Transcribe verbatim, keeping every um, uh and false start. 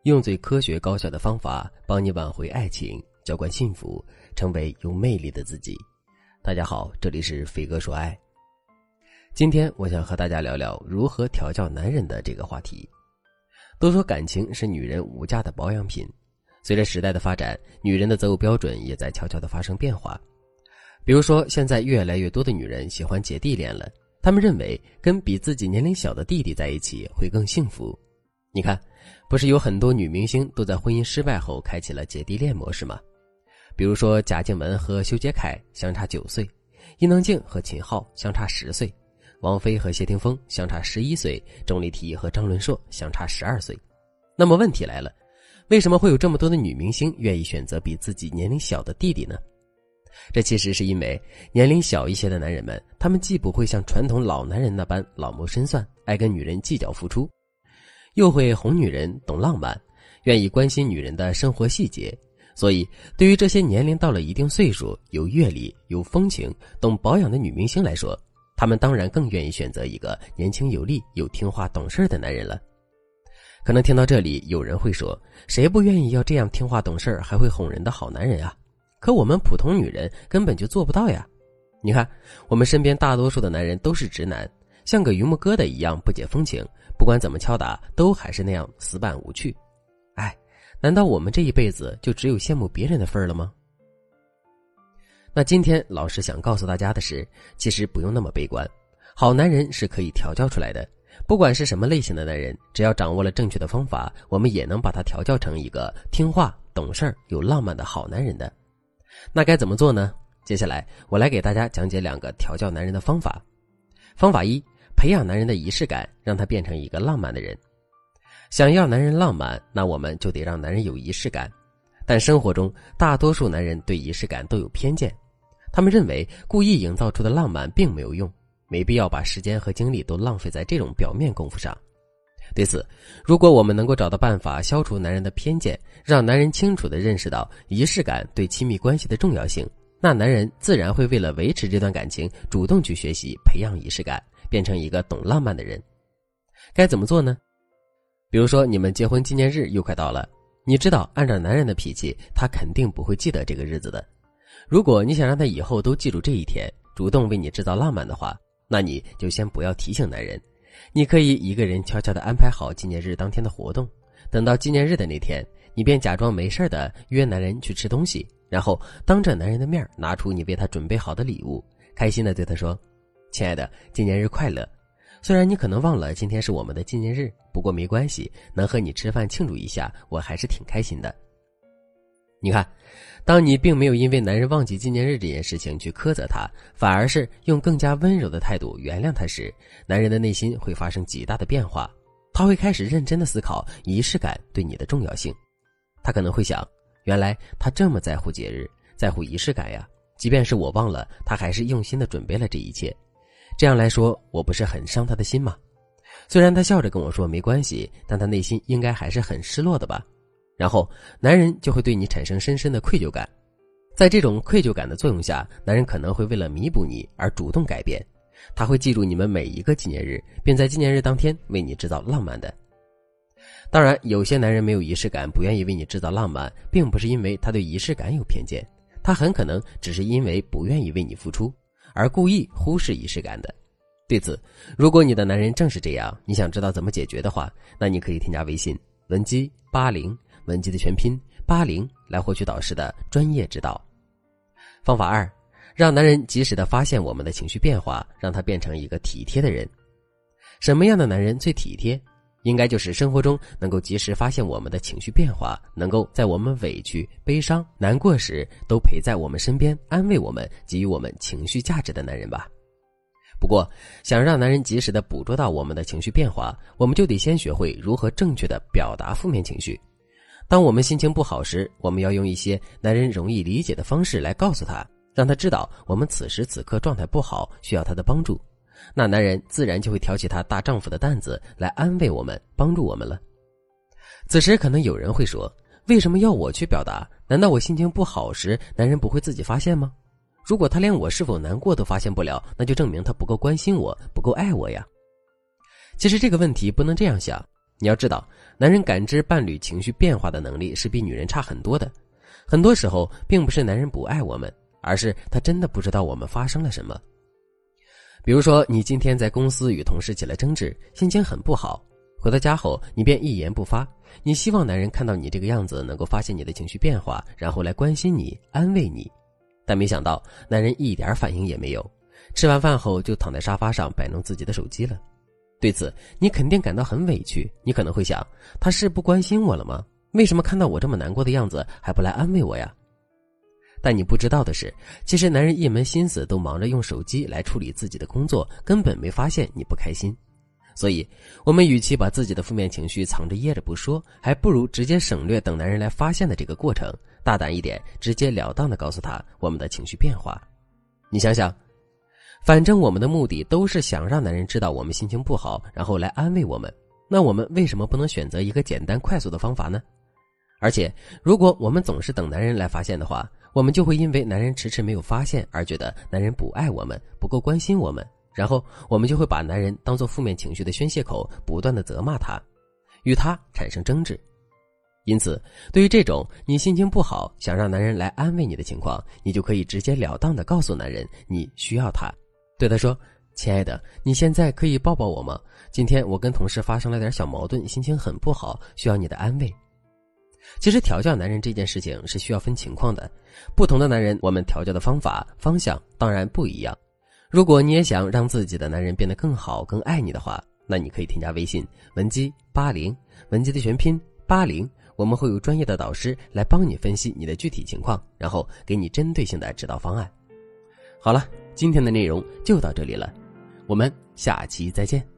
用最科学高效的方法帮你挽回爱情，浇灌幸福，成为有魅力的自己。大家好，这里是飞哥说爱。今天我想和大家聊聊如何调教男人的这个话题。都说感情是女人无价的保养品，随着时代的发展，女人的择偶标准也在悄悄地发生变化。比如说，现在越来越多的女人喜欢姐弟恋了，她们认为跟比自己年龄小的弟弟在一起会更幸福。你看，不是有很多女明星都在婚姻失败后开启了姐弟恋模式吗？比如说贾静雯和修杰楷相差九岁，伊能静和秦昊相差十岁，王菲和谢霆锋相差十一岁，钟丽缇和张伦硕相差十二岁。那么问题来了，为什么会有这么多的女明星愿意选择比自己年龄小的弟弟呢？这其实是因为年龄小一些的男人们，他们既不会像传统老男人那般老谋深算，爱跟女人计较付出，又会哄女人，懂浪漫，愿意关心女人的生活细节。所以对于这些年龄到了一定岁数，有阅历，有风情，懂保养的女明星来说，她们当然更愿意选择一个年轻有力又听话懂事的男人了。可能听到这里，有人会说，谁不愿意要这样听话懂事还会哄人的好男人啊？可我们普通女人根本就做不到呀。你看，我们身边大多数的男人都是直男，像个榆木疙瘩一样不解风情，不管怎么敲打都还是那样死板无趣。哎，难道我们这一辈子就只有羡慕别人的份儿了吗？那今天老师想告诉大家的是，其实不用那么悲观，好男人是可以调教出来的。不管是什么类型的男人，只要掌握了正确的方法，我们也能把他调教成一个听话懂事有浪漫的好男人的。那该怎么做呢？接下来我来给大家讲解两个调教男人的方法。方法一，培养男人的仪式感，让他变成一个浪漫的人。想要男人浪漫，那我们就得让男人有仪式感。但生活中大多数男人对仪式感都有偏见，他们认为故意营造出的浪漫并没有用，没必要把时间和精力都浪费在这种表面功夫上。对此，如果我们能够找到办法消除男人的偏见，让男人清楚地认识到仪式感对亲密关系的重要性，那男人自然会为了维持这段感情，主动去学习培养仪式感，变成一个懂浪漫的人。该怎么做呢？比如说你们结婚纪念日又快到了，你知道按照男人的脾气，他肯定不会记得这个日子的。如果你想让他以后都记住这一天，主动为你制造浪漫的话，那你就先不要提醒男人，你可以一个人悄悄地安排好纪念日当天的活动，等到纪念日的那天，你便假装没事的约男人去吃东西，然后当着男人的面拿出你为他准备好的礼物，开心地对他说，亲爱的，纪念日快乐，虽然你可能忘了今天是我们的纪念日，不过没关系，能和你吃饭庆祝一下，我还是挺开心的。你看，当你并没有因为男人忘记纪念日这件事情去苛责他，反而是用更加温柔的态度原谅他时，男人的内心会发生极大的变化，他会开始认真地思考仪式感对你的重要性。他可能会想，原来他这么在乎节日，在乎仪式感呀，即便是我忘了，他还是用心地准备了这一切。这样来说，我不是很伤他的心吗？虽然他笑着跟我说没关系，但他内心应该还是很失落的吧。然后男人就会对你产生深深的愧疚感，在这种愧疚感的作用下，男人可能会为了弥补你而主动改变，他会记住你们每一个纪念日，并在纪念日当天为你制造浪漫的。当然，有些男人没有仪式感，不愿意为你制造浪漫，并不是因为他对仪式感有偏见，他很可能只是因为不愿意为你付出，而故意忽视仪式感的。对此，如果你的男人正是这样，你想知道怎么解决的话，那你可以添加微信文姬八零，文姬的全拼八零，来获取导师的专业指导。方法二，让男人及时地发现我们的情绪变化，让他变成一个体贴的人。什么样的男人最体贴？应该就是生活中能够及时发现我们的情绪变化，能够在我们委屈、悲伤、难过时都陪在我们身边，安慰我们，给予我们情绪价值的男人吧。不过，想让男人及时地捕捉到我们的情绪变化，我们就得先学会如何正确地表达负面情绪。当我们心情不好时，我们要用一些男人容易理解的方式来告诉他，让他知道我们此时此刻状态不好，需要他的帮助。那男人自然就会挑起他大丈夫的担子来安慰我们，帮助我们了。此时可能有人会说，为什么要我去表达？难道我心情不好时，男人不会自己发现吗？如果他连我是否难过都发现不了，那就证明他不够关心我，不够爱我呀。其实这个问题不能这样想， 你要知道，男人感知伴侣情绪变化的能力是比女人差很多的。很多时候并不是男人不爱我们，而是他真的不知道我们发生了什么。比如说，你今天在公司与同事起了争执，心情很不好，回到家后你便一言不发，你希望男人看到你这个样子能够发现你的情绪变化，然后来关心你，安慰你。但没想到男人一点反应也没有，吃完饭后就躺在沙发上摆弄自己的手机了。对此你肯定感到很委屈，你可能会想，他是不关心我了吗？为什么看到我这么难过的样子还不来安慰我呀？但你不知道的是，其实男人一门心思都忙着用手机来处理自己的工作，根本没发现你不开心。所以我们与其把自己的负面情绪藏着掖着不说，还不如直接省略等男人来发现的这个过程，大胆一点，直截了当地告诉他我们的情绪变化。你想想，反正我们的目的都是想让男人知道我们心情不好，然后来安慰我们，那我们为什么不能选择一个简单快速的方法呢？而且如果我们总是等男人来发现的话，我们就会因为男人迟迟没有发现而觉得男人不爱我们，不够关心我们，然后我们就会把男人当作负面情绪的宣泄口，不断地责骂他，与他产生争执。因此对于这种你心情不好想让男人来安慰你的情况，你就可以直截了当地告诉男人你需要他，对他说，亲爱的，你现在可以抱抱我吗？今天我跟同事发生了点小矛盾，心情很不好，需要你的安慰。其实调教男人这件事情是需要分情况的，不同的男人我们调教的方法方向当然不一样。如果你也想让自己的男人变得更好更爱你的话，那你可以添加微信文姬八零，文姬的全拼八零，我们会有专业的导师来帮你分析你的具体情况，然后给你针对性的指导方案。好了，今天的内容就到这里了，我们下期再见。